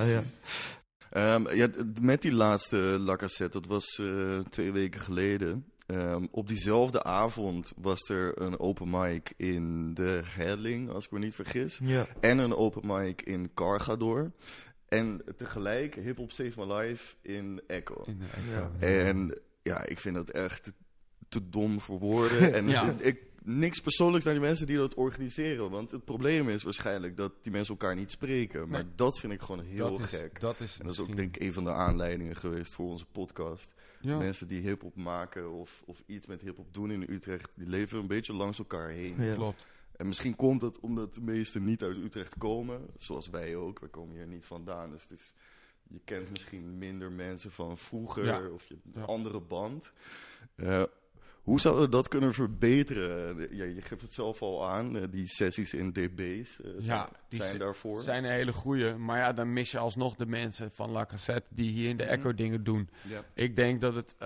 Ja, met die laatste La Cassette, dat was 2 weken geleden. Op diezelfde avond was er een open mic in de Helling, als ik me niet vergis. Ja. En een open mic in Cargador. En tegelijk Hip Hop Save My Life in Echo. Ja. En ja, ik vind dat echt te dom voor woorden. En Ja. niks persoonlijks naar die mensen die dat organiseren. Want het probleem is waarschijnlijk dat die mensen elkaar niet spreken. Maar Nee. dat vind ik gewoon heel gek. Dat is En dat is ook denk ik een van de aanleidingen geweest voor onze podcast. Ja. Mensen die hiphop maken of iets met hiphop doen in Utrecht, die leven een beetje langs elkaar heen. Ja. Klopt. En misschien komt het omdat de meesten niet uit Utrecht komen, zoals wij ook. We komen hier niet vandaan, dus het is, je kent misschien minder mensen van vroeger Ja. of je hebt een Ja. andere band. Hoe zouden we dat kunnen verbeteren? Ja, je geeft het zelf al aan, die sessies in DB's die zijn daarvoor. zijn een hele goeie. Maar ja, dan mis je alsnog de mensen van La Cassette die hier in de Echo dingen doen. Ja. Ik denk dat het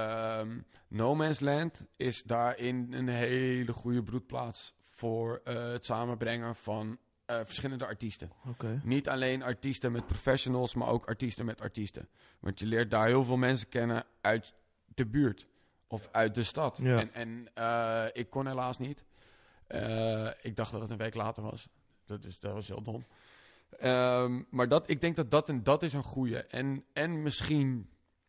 No Man's Land is daarin een hele goede broedplaats voor het samenbrengen van verschillende artiesten. Oké. Niet alleen artiesten met professionals, maar ook artiesten met artiesten. Want je leert daar heel veel mensen kennen uit de buurt of uit de stad. Ja. En ik kon helaas niet. Ik dacht dat het een week later was. Dat was heel dom. Maar ik denk dat is een goeie. En misschien...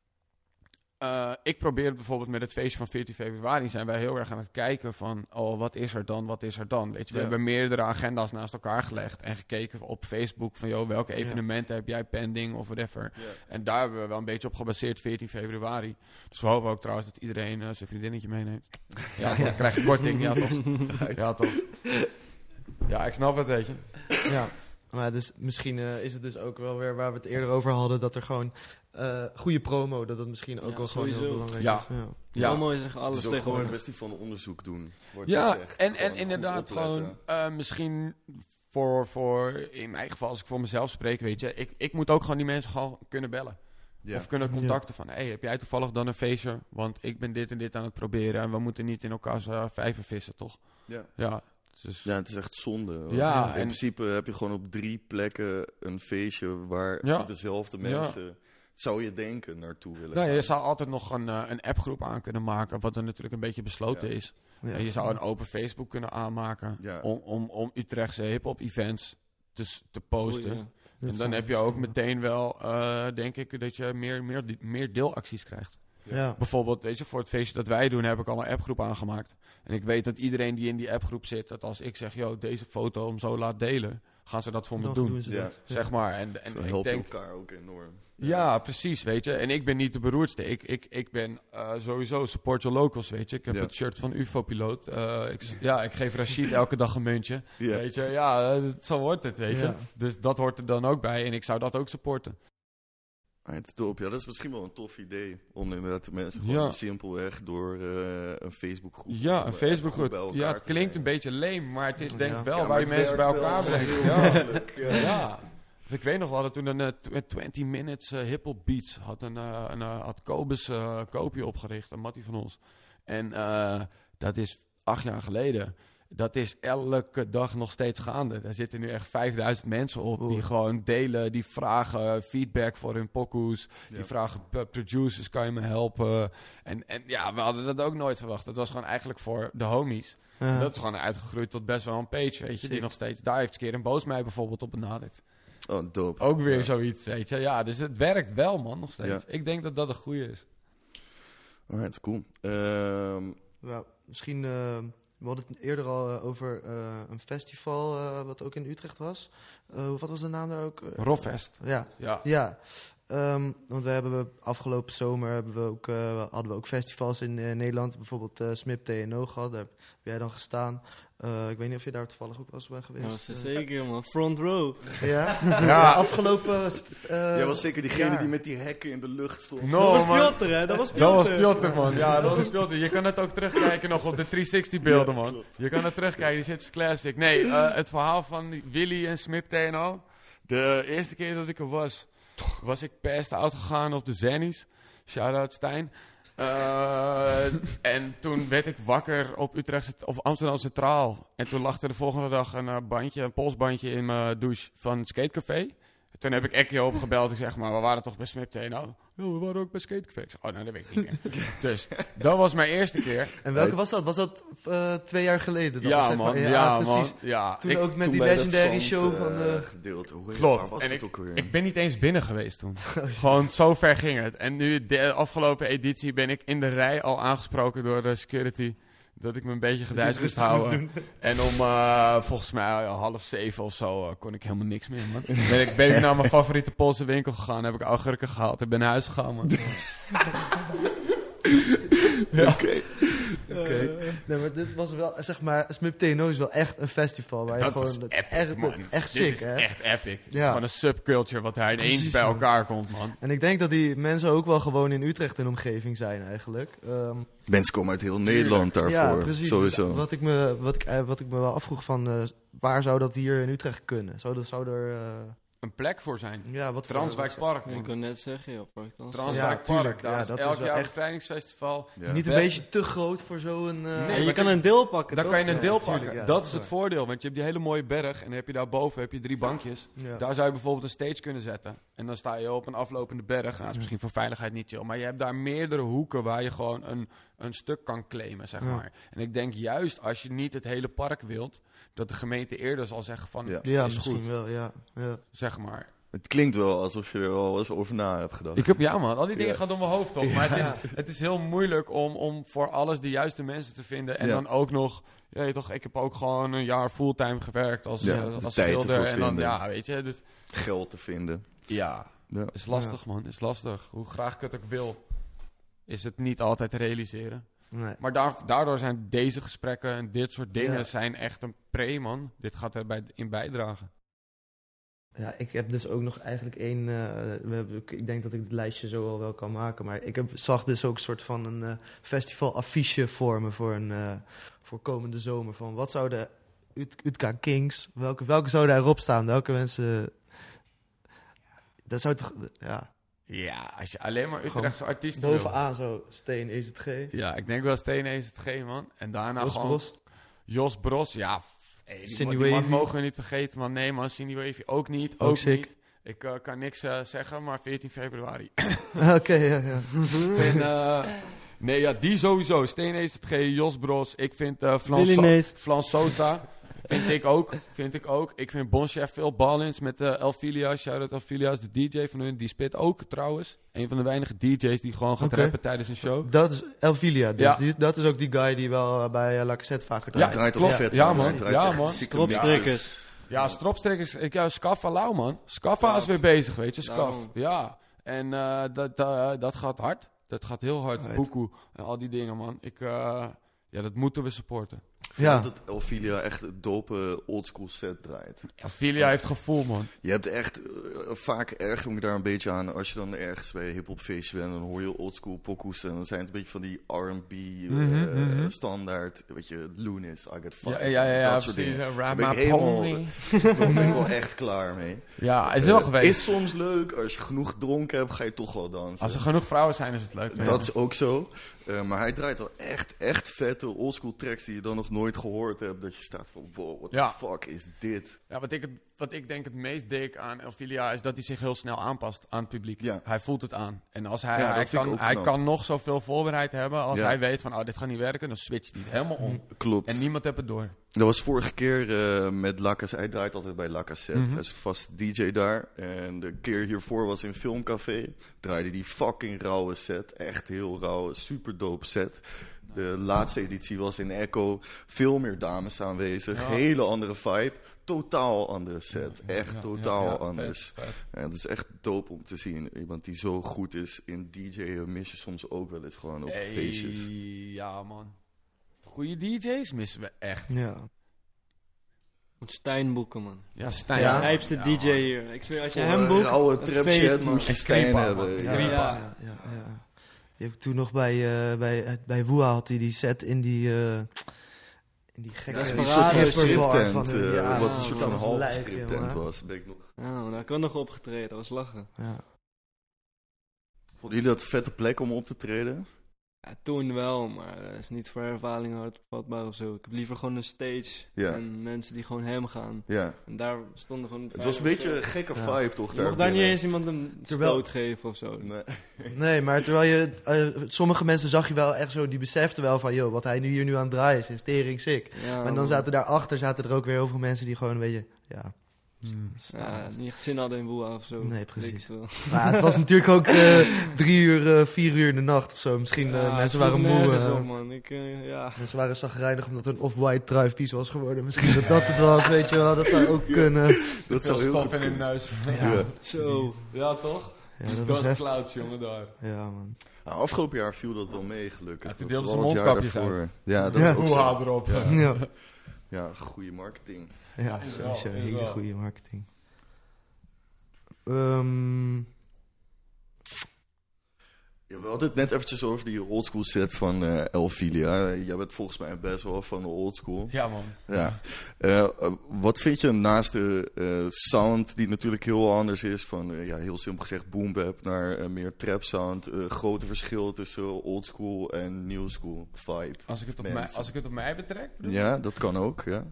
ik probeer bijvoorbeeld met het feestje van 14 februari... zijn wij heel erg aan het kijken van... oh, wat is er dan? Weet je, we Ja. hebben meerdere agenda's naast elkaar gelegd... en gekeken op Facebook van... joh, welke evenementen heb jij pending of whatever. Ja. En daar hebben we wel een beetje op gebaseerd 14 februari. Dus we hopen ook trouwens dat iedereen zijn vriendinnetje meeneemt. Ja, dan krijg je korting. Ja, toch? Ja, toch? Ja, ik snap het, weet je. Ja. Maar dus misschien is het dus ook wel weer waar we het eerder over hadden... dat er gewoon goede promo, dat misschien ook Ja, wel gewoon heel sowieso. belangrijk Ja. is. Ja. Ja. Allemaal is echt Het alles is ook gewoon een tegenwoordig. kwestie van onderzoek doen. Wat je Ja, zegt. en Gewoon inderdaad goed opletten. gewoon misschien voor in mijn geval, als ik voor mezelf spreek, weet je, ik moet ook gewoon die mensen gewoon kunnen bellen. Ja. Of kunnen contacten van, hey, heb jij toevallig dan een feestje? Want ik ben dit en dit aan het proberen en we moeten niet in elkaars vijver vissen, toch? Ja. Ja, dus, Ja, het is echt zonde. Want Ja, in en- principe heb je gewoon op 3 plekken een feestje waar Ja. dezelfde Ja. mensen, zou je denken, naartoe willen nou, gaan. je zou altijd nog een appgroep aan kunnen maken, wat er natuurlijk een beetje besloten Ja. is. Ja. En je zou een open Facebook kunnen aanmaken Ja. om Utrechtse hip-hop events te posten. Goeie. Dat En dan zou heb je misschien ook meteen wel, denk ik, dat je meer deelacties krijgt. Ja. Bijvoorbeeld, weet je, voor het feestje dat wij doen, heb ik al een appgroep aangemaakt. En ik weet dat iedereen die in die appgroep zit, dat als ik zeg, yo, deze foto om zo laat delen, gaan ze dat voor me Dan doen. ze Ja. dat. Zeg maar. En Zo ik help je denk, elkaar ook enorm. ja, precies, weet je. En ik ben niet de beroerdste. Ik ben sowieso support your locals, weet je. Ik heb Ja. het shirt van UFO-piloot. Ik geef Rashid elke dag een muntje. Ja. Weet je, ja, zo wordt het, weet je. Ja. Dus dat hoort er dan ook bij en ik zou dat ook supporten. Top. Ja, dat is misschien wel een tof idee. Om inderdaad de mensen gewoon Ja. simpelweg door een Facebookgroep. Ja, of een appgroep Facebookgroep. bij elkaar Ja, het te klinkt een brengen. beetje leem, maar het is denk ik Ja. wel Ja, waar maar je het mensen bij werkt elkaar wel brengt. heel Ja. makkelijk, ja. Ja. Ik weet nog, we hadden toen een 20 Minutes hip-hop beats. Had Kobus Koopje opgericht, een mattie van ons. En dat is 8 jaar geleden. Dat is elke dag nog steeds gaande. Daar zitten nu echt 5000 mensen op die gewoon delen, die vragen feedback voor hun pokoes. Die vragen producers, kan je me helpen? En ja, we hadden dat ook nooit verwacht. Dat was gewoon eigenlijk voor de homies. En dat is gewoon uitgegroeid tot best wel een page, weet je. Die nog steeds, daar heeft een keer een Boos mij bijvoorbeeld op benaderd. Oh, dope. Ook weer zoiets, weet je. Ja, dus het werkt wel, man, nog steeds. Ja. Ik denk dat dat een goeie is. Alright, cool. Misschien, we hadden het eerder al over een festival wat ook in Utrecht was. Wat was de naam daar ook? Roffest. Ja. Want we hebben afgelopen zomer hadden we ook festivals in Nederland. Bijvoorbeeld SMIP TNO gehad. Daar heb jij dan gestaan. Ik weet niet of je daar toevallig ook was bij geweest. Ja, zeker, man. Front row. Ja? Ja, afgelopen... Jij was zeker diegene die met die hekken in de lucht stond. No, Dat was man. Piotr, hè? Dat was Piotr, man. Ja, dat was Piotr. Je kan het ook terugkijken nog op de 360 beelden, man. Je kan het terugkijken, die zit classic. Nee, het verhaal van Willy en Smip TNO. De eerste keer dat ik er was ik pest uitgegaan op de Zennies. Shout-out Stijn. En toen werd ik wakker op Utrecht of Amsterdam Centraal. En toen lag er de volgende dag een polsbandje in mijn douche van Skatecafé. Toen heb ik Ekje opgebeld. Ik zeg, maar we waren toch bij Smip TNO? Ja, we waren ook bij Skatecafé. Ik zeg, oh, nou, dat weet ik niet meer. Dus dat was mijn eerste keer. En welke was dat? Was dat 2 jaar geleden? Dan, Ja, zeg man. maar? Ja, precies. man. Ja. Toen ook met Toen die bij dat legendary zand, show van... gedeelte. Klopt. Waar was En het ook weer? ik ben niet eens binnen geweest toen. Gewoon zo ver ging het. En nu, de afgelopen editie, ben ik in de rij al aangesproken door de security. Dat ik me een beetje gedijs moest houden. En om volgens mij 6:30 of zo kon ik helemaal niks meer, man. Ben ik naar mijn favoriete Poolse winkel gegaan. Heb ik augurken gehaald en ben naar huis gegaan, man. Oké. Nee, maar dit was wel, zeg maar, Smip TNO is wel echt een festival waar je Dat gewoon... is epic, echt, man. echt Dit sick, is hè? echt epic. Het is Ja. gewoon een subculture wat daar ineens Precies, bij man. elkaar komt, man. En ik denk dat die mensen ook wel gewoon in Utrecht en omgeving zijn eigenlijk. Mensen komen uit heel Nederland daarvoor. Ja, precies. Sowieso. Dus wat ik me wel afvroeg van, waar zou dat hier in Utrecht kunnen? Zou er... Een plek voor zijn. ja, wat voor- Transwijkpark, Ik man. kon net zeggen, ja, Park dan. Transwijkpark, tuurlijk. daar Ja, is dat elk is wel jaar een echt- bevrijdingsfestival. Ja. Is niet een Best- beetje te groot voor zo'n... Nee, je maar kan een deel pakken, Dan toch? kan je een deel tuurlijk, pakken. ja, dat dat is is het waar. voordeel, want je hebt die hele mooie berg en dan heb je daarboven 3 bankjes. Ja. Daar zou je bijvoorbeeld een stage kunnen zetten. En dan sta je op een aflopende berg. Nou, dat is misschien voor veiligheid niet chill. Maar je hebt daar meerdere hoeken waar je gewoon een stuk kan claimen, zeg Ja. maar. En ik denk juist als je niet het hele park wilt, dat de gemeente eerder zal zeggen van, Ja. Ja, is misschien goed, wel, ja. zeg maar. Het klinkt wel alsof je er al eens over na hebt gedacht. Ja man, al die dingen Ja. gaan door mijn hoofd toch. Maar het is heel moeilijk om voor alles de juiste mensen te vinden. En Ja. dan ook nog, ja, toch, ik heb ook gewoon een jaar fulltime gewerkt als, Ja, als tijd schilder. ervoor En dan, vinden. ja, weet je, dus Geld te vinden. ja, Ja. is lastig man, is lastig. Hoe graag ik het ook wil, is het niet altijd te realiseren. Nee. Maar daardoor zijn deze gesprekken en dit soort dingen Ja. zijn echt een pre, man. Dit gaat erbij in bijdragen. Ja, ik heb dus ook nog eigenlijk één... ik denk dat ik het lijstje zo al wel kan maken. Maar ik zag dus ook een soort van een festival-affiche vormen voor komende zomer. Van wat zouden Utka Kings... Welke zouden erop staan? Welke mensen... Dat zou toch... Ja, Ja, als je alleen maar Gewoon Utrechtse artiesten wil. bovenaan zo. Steen, EZG. Ja, ik denk wel Steen EZG, man. En daarna Jos gewoon... Bros. Jos Bros, ja. Die Cindy man Wavy. mogen we niet vergeten, man. Nee, man, Cindy Wavy ook niet. Ook sick. niet. Ik kan niks zeggen, maar 14 februari. Oké, ja. En, nee, ja, die sowieso. Steen EZG, Jos Bros. Ik vind Willy Nees. Flan Sosa. Vind ik ook. Ik vind Bon Chef veel ballins met Elfilia. Shout-out Elfilia is de DJ van hun. Die spit ook trouwens. Een van de weinige DJ's die gewoon gaat Oké. rappen tijdens een show. Dat is Elvilia. Dus Ja. dat is ook die guy die wel bij La Cassette vaker Ja, draait. Het draait klopt. ook vet. Ja, man. man. Het draait Ja, echt man. zieke Stropstrikkers. mixes. Ja, stropstrikkers. Scaffa lauw, man. Scaffa is weer bezig, weet je. Scaf. Daarom. Ja. En dat gaat hard. Dat gaat heel hard. Right. Boekoe en al die dingen, man. Dat moeten we supporten. Ja. dat Elfilia echt een dope oldschool set draait. Ophelia heeft gevoel, man. Je hebt echt, vaak erger me daar een beetje aan. Als je dan ergens bij een hiphopfeestje bent, dan hoor je oldschool pokoes. En dan zijn het een beetje van die R&B standaard. Weet je, Lunis, I Got Five. Ja, dat soort precies. dingen. Ride Daar ben ik my helemaal- pony. Daar ben ik wel echt klaar mee. Ja, is wel geweest. Is soms leuk. Als je genoeg gedronken hebt, ga je toch wel dansen. Als er genoeg vrouwen zijn, is het leuk. Dat is ook zo. Maar hij draait wel echt vette oldschool tracks die je dan nog nooit gehoord hebt. Dat je staat van, wow, what Ja. the fuck is dit? Ja, wat ik denk het meest dik aan Elfilia is dat hij zich heel snel aanpast aan het publiek. Ja. Hij voelt het aan. En als Ja, hij dat vind ik ook hij knap. kan nog zoveel voorbereid hebben. Als Ja. hij weet van, dit gaat niet werken, dan switcht hij het helemaal om. Klopt. En niemand heeft het door. Dat was vorige keer met Lacas. Hij draait altijd bij Lacazette. Mhm. Hij is vast DJ daar. En de keer hiervoor was in Filmcafé. Draaide die fucking rauwe set. Echt heel rauw. Super dope set. De laatste editie was in Echo. Veel meer dames aanwezig. Ja. Hele andere vibe. Totaal andere set. Echt Ja, totaal ja, anders. vet. Ja, het is echt dope om te zien. Iemand die zo goed is in DJ'en mis je soms ook wel eens gewoon op feestjes. Ja, man. Goeie DJ's missen we echt. Ja. Moet Stijn boeken, man. Ja, Stijn. Ja. De rijpste Ja, DJ man. hier. Ik zweer, als je Voor hem een boekt, rauwe een trap feest, shit man. moet je En Stijn Kripa, hebben. man. Ja. Kripa. Ja. Die heb ik toen nog bij Woeha had hij die set in die gekke Dat is Ja, die Desperado soort shit. striptent, van hun. Ja, wat een soort van dat was halve lijp, striptent jongen. was. Ben ik nog... Ja, maar daar kan nog opgetreden. Dat was lachen. Ja. Vonden jullie dat een vette plek om op te treden? Ja, toen wel, maar het is niet voor herhaling hardvatbaar of zo. Ik heb liever gewoon een stage Ja. en mensen die gewoon hem gaan. Ja. En daar stonden gewoon... Het was een beetje een gekke Ja. vibe toch Je daar mocht daar niet binnen? eens iemand een Terwijl- stoot geven of zo. Nee. Nee, maar terwijl je... sommige mensen zag je wel echt zo... Die beseften wel van... Joh, wat hij hier nu aan het draaien is tering sick. Ja, Maar dan zaten daarachter er ook weer heel veel mensen die gewoon een beetje... Ja, Ja, niet echt zin hadden in Woeha of zo. Nee, precies. Leek het wel. Maar het was natuurlijk ook 3 uur, 4 uur in de nacht of zo. Misschien Ja, mensen het waren sloeg moe. nergens op, man. Ja. Mensen waren zagrijnig omdat een off-white trui vies was geworden. Misschien dat het was, weet je wel. Dat zou ook kunnen. Dat Veel zou heel stof goed in hun kunnen. neus. Ja, Zo. Ja, toch? ja dat was Dust heftig. clouds, jongen, daar. Ja, man. Nou, afgelopen jaar viel dat wel mee, gelukkig. Ja, toen Dat deelden was ze vooral het mondkapjes jaar daarvoor. Ja, dat Ja. is ook zo. Hoeha erop. Ja. Ja, Ja, goede marketing. ja Is sowieso. wel, is Hele wel. goede marketing. Ja, we hadden het net eventjes over die oldschool set van Elfilia. Jij bent volgens mij best wel van de oldschool. Ja, man. Ja. Wat vind je naast de sound, die natuurlijk heel anders is, van heel simpel gezegd boom bap naar meer trap sound, grote verschil tussen oldschool en new school vibe? Als ik Mensen. het op mij betrek, bedoel je? Ja, dat kan ook, ja.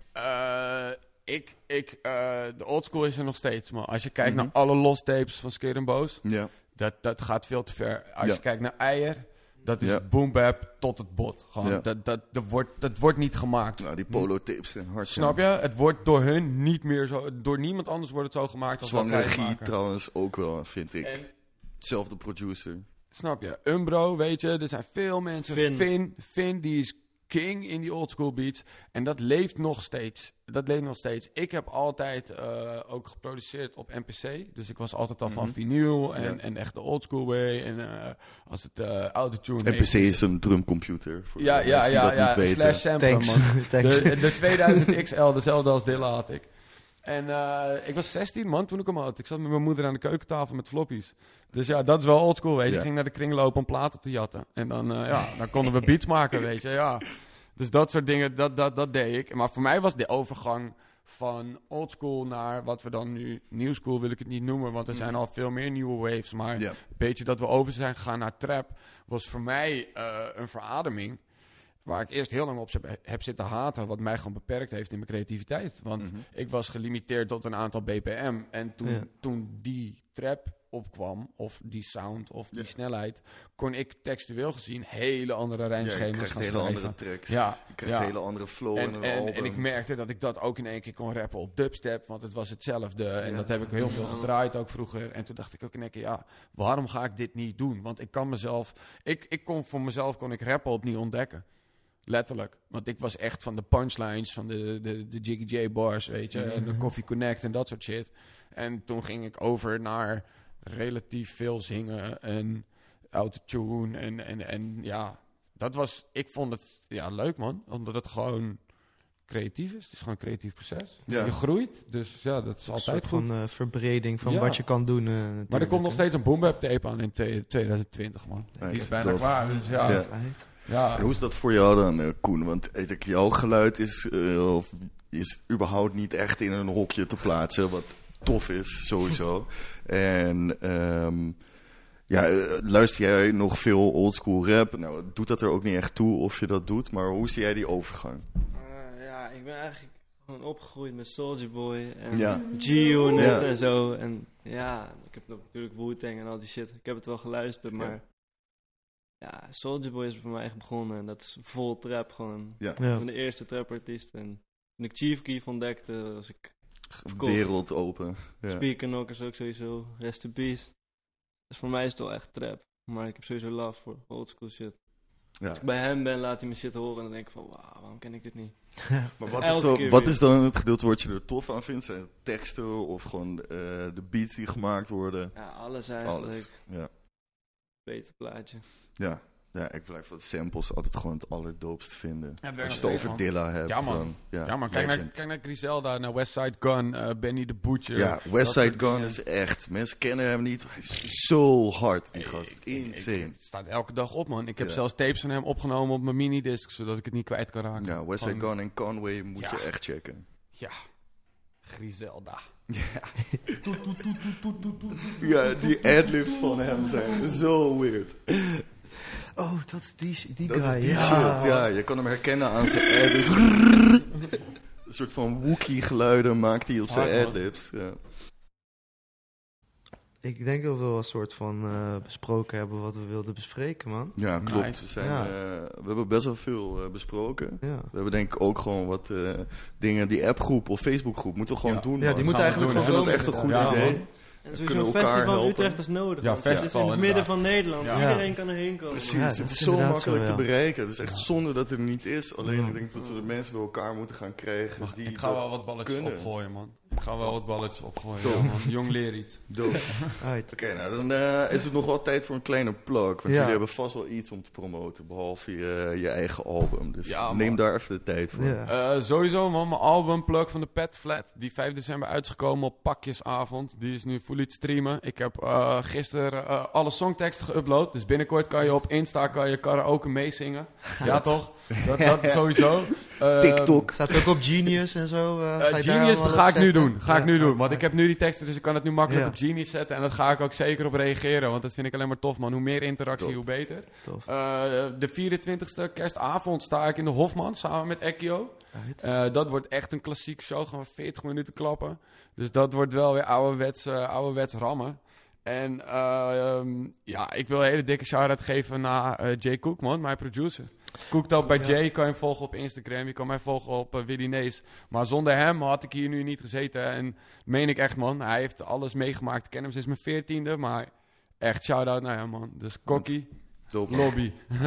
De oldschool is er nog steeds, maar als je kijkt Mhm. naar alle los tapes van Skid and Boos, Ja, dat gaat veel te ver. Als Ja. je kijkt naar Eier, dat is Ja. boom bap tot het bot. Gewoon, Ja. dat wordt niet gemaakt. nou die polo tapes zijn hard. Snap je? Het wordt door hun niet meer zo, door niemand anders wordt het zo gemaakt als dat zij Zwangere het Guy maken. trouwens ook wel, vind ik. En Zelfde producer. snap je? Umbro, weet je, er zijn veel mensen. Finn, die is king in die oldschool beats. En dat leeft nog steeds. Ik heb altijd ook geproduceerd op MPC. Dus ik was altijd al van Mhm. vinyl Ja. en echt de oldschool way. En als het autotune... MPC is een drumcomputer, voor Ja, de mensen die dat niet weten. slash sampler, Thanks. man. Thanks. De 2000 XL, dezelfde als Dilla had ik. En ik was 16, man, toen ik hem had. Ik zat met mijn moeder aan de keukentafel met floppies. Dus ja, dat is wel oldschool, weet je. Ja. Ik ging naar de kring lopen om platen te jatten. En dan, dan konden we beats maken, weet je, ja. Dus dat soort dingen, dat deed ik. Maar voor mij was de overgang van oldschool naar wat we dan nu... New school wil ik het niet noemen, want er zijn al veel meer nieuwe waves. Maar Ja. een beetje dat we over zijn gegaan naar trap... was voor mij een verademing... waar ik eerst heel lang op heb zitten haten... wat mij gewoon beperkt heeft in mijn creativiteit. Want Mhm. ik was gelimiteerd tot een aantal BPM. En toen die trap opkwam, of die sound, of die Ja. snelheid... kon ik textueel gezien hele andere Ja, je rijmschema's krijgt gaan hele schrijven. andere tracks. Ja, Je krijgt ja. een hele andere flow in een En album. ik merkte dat ik dat ook in één keer kon rappen op dubstep, want het was hetzelfde. En Ja. dat heb ik heel veel Ja. gedraaid ook vroeger. En toen dacht ik ook in één keer, ja, waarom ga ik dit niet doen? Want ik kan mezelf... Ik kon voor mezelf rappen opnieuw ontdekken. Letterlijk. Want ik was echt van de punchlines, van de Jiggy J bars, weet je. En de Coffee Connect en dat soort shit. En toen ging ik over naar relatief veel zingen en autotune. En ja, dat was... Ik vond het leuk, man. Omdat het gewoon... creatief is. Het is gewoon een creatief proces. Ja. Je groeit, dus ja, dat is Een altijd soort goed. van verbreding van Ja. wat je kan doen. Maar er komt nog steeds een Boom Bap tape aan in 2020, man. Ja, Die is echt bijna dope. klaar, dus ja. Ja. Ja. En hoe is dat voor jou dan, Koen? Want jouw geluid is überhaupt niet echt in een hokje te plaatsen, wat tof is, sowieso. En luister jij nog veel oldschool rap? Nou, doet dat er ook niet echt toe of je dat doet, maar hoe zie jij die overgang? Ja, ik ben eigenlijk gewoon opgegroeid met Soulja Boy en Ja. G-Unit Ja. en zo. En ja, ik heb natuurlijk Wu-Tang en al die shit. Ik heb het wel geluisterd, maar ja, Soulja Boy is voor mij echt begonnen. En dat is vol trap gewoon. Ja. Ik Ja. ben de eerste trapartiest. En toen ik Chief Keef ontdekte, was ik verkocht. Wereld open. Ja. Speaker Knockers ook sowieso. Rest in peace. Dus voor mij is het wel echt trap. Maar ik heb sowieso love voor oldschool shit. Ja. Als ik bij hem ben, laat hij mijn shit horen en dan denk ik van, wauw, waarom ken ik dit niet? Maar Elke keer wat weer. is dan het gedeelte wat je er tof aan vindt? Zijn het teksten of gewoon de beats die gemaakt worden? Ja, alles eigenlijk. Alles. Ja. Beter plaatje. Ja. Ja, ik blijf dat samples altijd gewoon het allerdoopst vinden. Ja, Als je het man. over Dilla hebt. Ja, man. dan, Ja, maar kijk legend. naar Griselda, naar Westside Gun, Benny the Butcher. Ja, Dat Westside soort Gun dingen. is echt... Mensen kennen hem niet, maar hij is zo hard, die gast. Insane. Het staat elke dag op, man. Ik heb Ja. zelfs tapes van hem opgenomen op mijn minidisc, zodat ik het niet kwijt kan raken. Ja, Westside Gewoon- Gun en Conway moet Ja. je echt checken. Ja, Griselda. Ja, die adlibs van hem zijn zo weird. Oh, dat is die Dat guy. is die ja. shit. Ja, je kan hem herkennen aan zijn adlibs. Een soort van Wookiee geluiden maakt hij op Hard, zijn man. adlibs. Ja. Ik denk dat we wel een soort van besproken hebben wat we wilden bespreken, man. Ja, klopt. Nice. We hebben best wel veel besproken. Ja. We hebben denk ik ook gewoon wat dingen, die appgroep of Facebookgroep moeten we gewoon Ja. doen. Ja, man. die moet gaan we eigenlijk doen, gewoon Ik vind dat veel echt een meer goed Ja, idee. man. En We sowieso kunnen een elkaar festival in helpen. Utrecht is nodig. Ja, want het is festival, in het midden inderdaad. van Nederland. Ja. Iedereen kan erheen komen. Precies, Ja, dat het is is zo inderdaad makkelijk zo, ja. te bereiken. Het is echt zonde dat het er niet is. Alleen Ja. ik denk dat we de mensen bij elkaar moeten gaan krijgen. Wacht, die ik ga wel wat balletjes kunnen. opgooien, man. Ik ga wel wat balletjes opgooien. Dope. Ja, man. Jong leer iets. Dope. Uit. Oké, nou dan is het nog wel tijd voor een kleine plug. Want Ja. jullie hebben vast wel iets om te promoten. Behalve je eigen album. Dus Ja, man. neem daar even de tijd voor. Ja. Sowieso, man. Mijn album Plug van de Pet Flat. Die 5 december uitgekomen op Pakjesavond. Die is nu fully te streamen. Ik heb gisteren alle songteksten geüpload. Dus binnenkort kan je op Insta karaoke meezingen. Ja, toch? Dat sowieso. TikTok. Staat ook op Genius en zo. Ga je daar Genius allemaal ga op ik nu zetten? doen. Ga ik nu doen. Want ik heb nu die teksten, dus ik kan het nu makkelijk Ja. op Genius zetten. En dat ga ik ook zeker op reageren. Want dat vind ik alleen maar tof, man. Hoe meer interactie, Top. hoe beter. Tof. De 24e kerstavond sta ik in de Hofman samen met Ekkio. Uit. Dat wordt echt een klassiek show. Gaan we 40 minuten klappen. Dus dat wordt wel weer ouderwets rammen. En ik wil een hele dikke shout-out geven naar Jay Cook, man. Mijn producer. Cooktop bij Ja. Jay kan je hem volgen op Instagram. Je kan mij volgen op Willy Nees. Maar zonder hem had ik hier nu niet gezeten. En meen ik echt, man. Hij heeft alles meegemaakt. Ik ken hem sinds mijn 14e. Maar echt shout-out naar hem, man. Dus Kokkie, Dope. Lobby.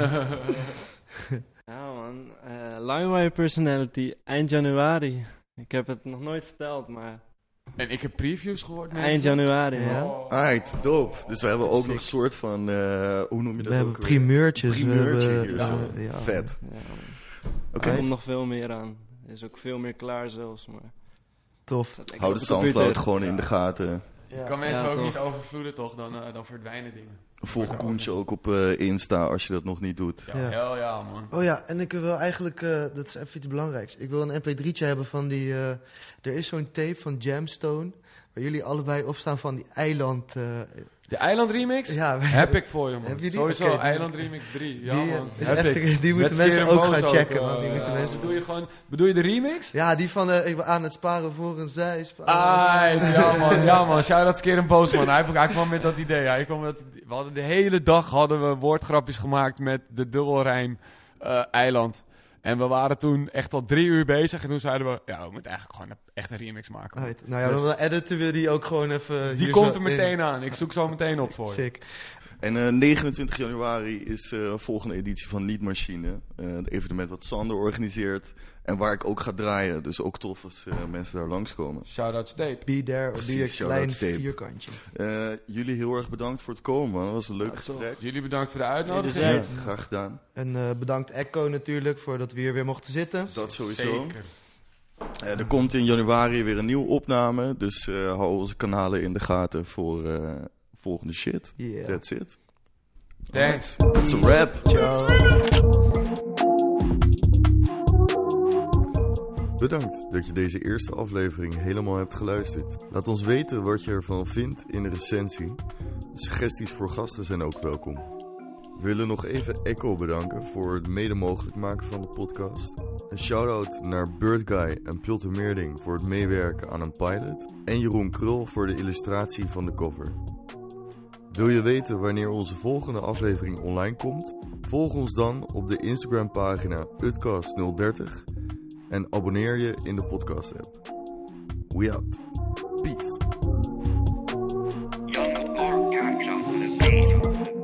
Ja man, LimeWire Personality eind januari. Ik heb het nog nooit verteld, maar En ik heb previews gehoord. eind mensen. januari. Ja. Ja. Oh. Alright, dope. Dus we hebben ook Sick. nog een soort van, hoe noem je dat We hebben ook weer? primeurtjes. Primeurtje we hebben, hier zo. ja. Vet. Ja, man. Oké, Er komt nog veel meer aan. Er is ook veel meer klaar zelfs, maar... Tof. staat lekker hou op de de computer. Soundcloud gewoon in de gaten. Je kan mensen Ja, ook toch. niet overvloeden, toch? Dan verdwijnen dingen. Volg Koentje ook op Insta als je dat nog niet doet. Ja, Ja. hell ja, man. Oh ja, en ik wil eigenlijk, dat is even iets belangrijks. Ik wil een mp3'tje hebben van die, er is zo'n tape van Jamstone, waar jullie allebei op staan van die eiland. De Eiland Remix? Ja, Heb ik voor je, man. Heb je die? Sowieso, Oké, die- Eiland Remix 3. Ja, die, man. is Heb echt, ik. die moeten Met mensen Skeer en ook Boos gaan checken, ook, man. Die moeten mensen... Bedoel je de remix? Ja, die van ik ben aan het sparen voor een zijspaar. Ja man. Shout-out Skeer en Boos, man. Hij kwam met dat idee. We hadden de hele dag woordgrapjes gemaakt met de dubbelrijm eiland. En we waren toen echt al 3 uur bezig. En toen zeiden we, ja, we moeten eigenlijk gewoon echt een remix maken. man. Uit. Nou ja, dan editen we die ook gewoon even. Die hier komt zo er in. meteen aan. Ik zoek zo meteen op voor je. Sick. En 29 januari is de volgende editie van Niet Machine. Het evenement wat Sander organiseert. En waar ik ook ga draaien. Dus ook tof als mensen daar langskomen. Shout-out Stape. Be there, Precies, die een shout-out klein Steve. vierkantje. Jullie heel erg bedankt voor het komen, man. Dat was een leuk Ja, gesprek. Jullie bedankt voor de uitnodiging. Wederzijds. Ja, graag gedaan. En bedankt Echo natuurlijk voor dat we hier weer mochten zitten. Dat sowieso. Zeker. Er komt in januari weer een nieuwe opname. Dus hou onze kanalen in de gaten voor volgende shit. Yeah. That's it. Thanks. That's a wrap. Ciao. Bedankt dat je deze eerste aflevering helemaal hebt geluisterd. Laat ons weten wat je ervan vindt in een recensie. Suggesties voor gasten zijn ook welkom. We willen nog even Echo bedanken voor het mede mogelijk maken van de podcast. Een shout-out naar Birdguy en Pjotr Meerding voor het meewerken aan een pilot. En Jeroen Krul voor de illustratie van de cover. Wil je weten wanneer onze volgende aflevering online komt? Volg ons dan op de Instagram pagina Utcast030 en abonneer je in de podcast app. We out. Peace. Young Mark Jackson on the beat.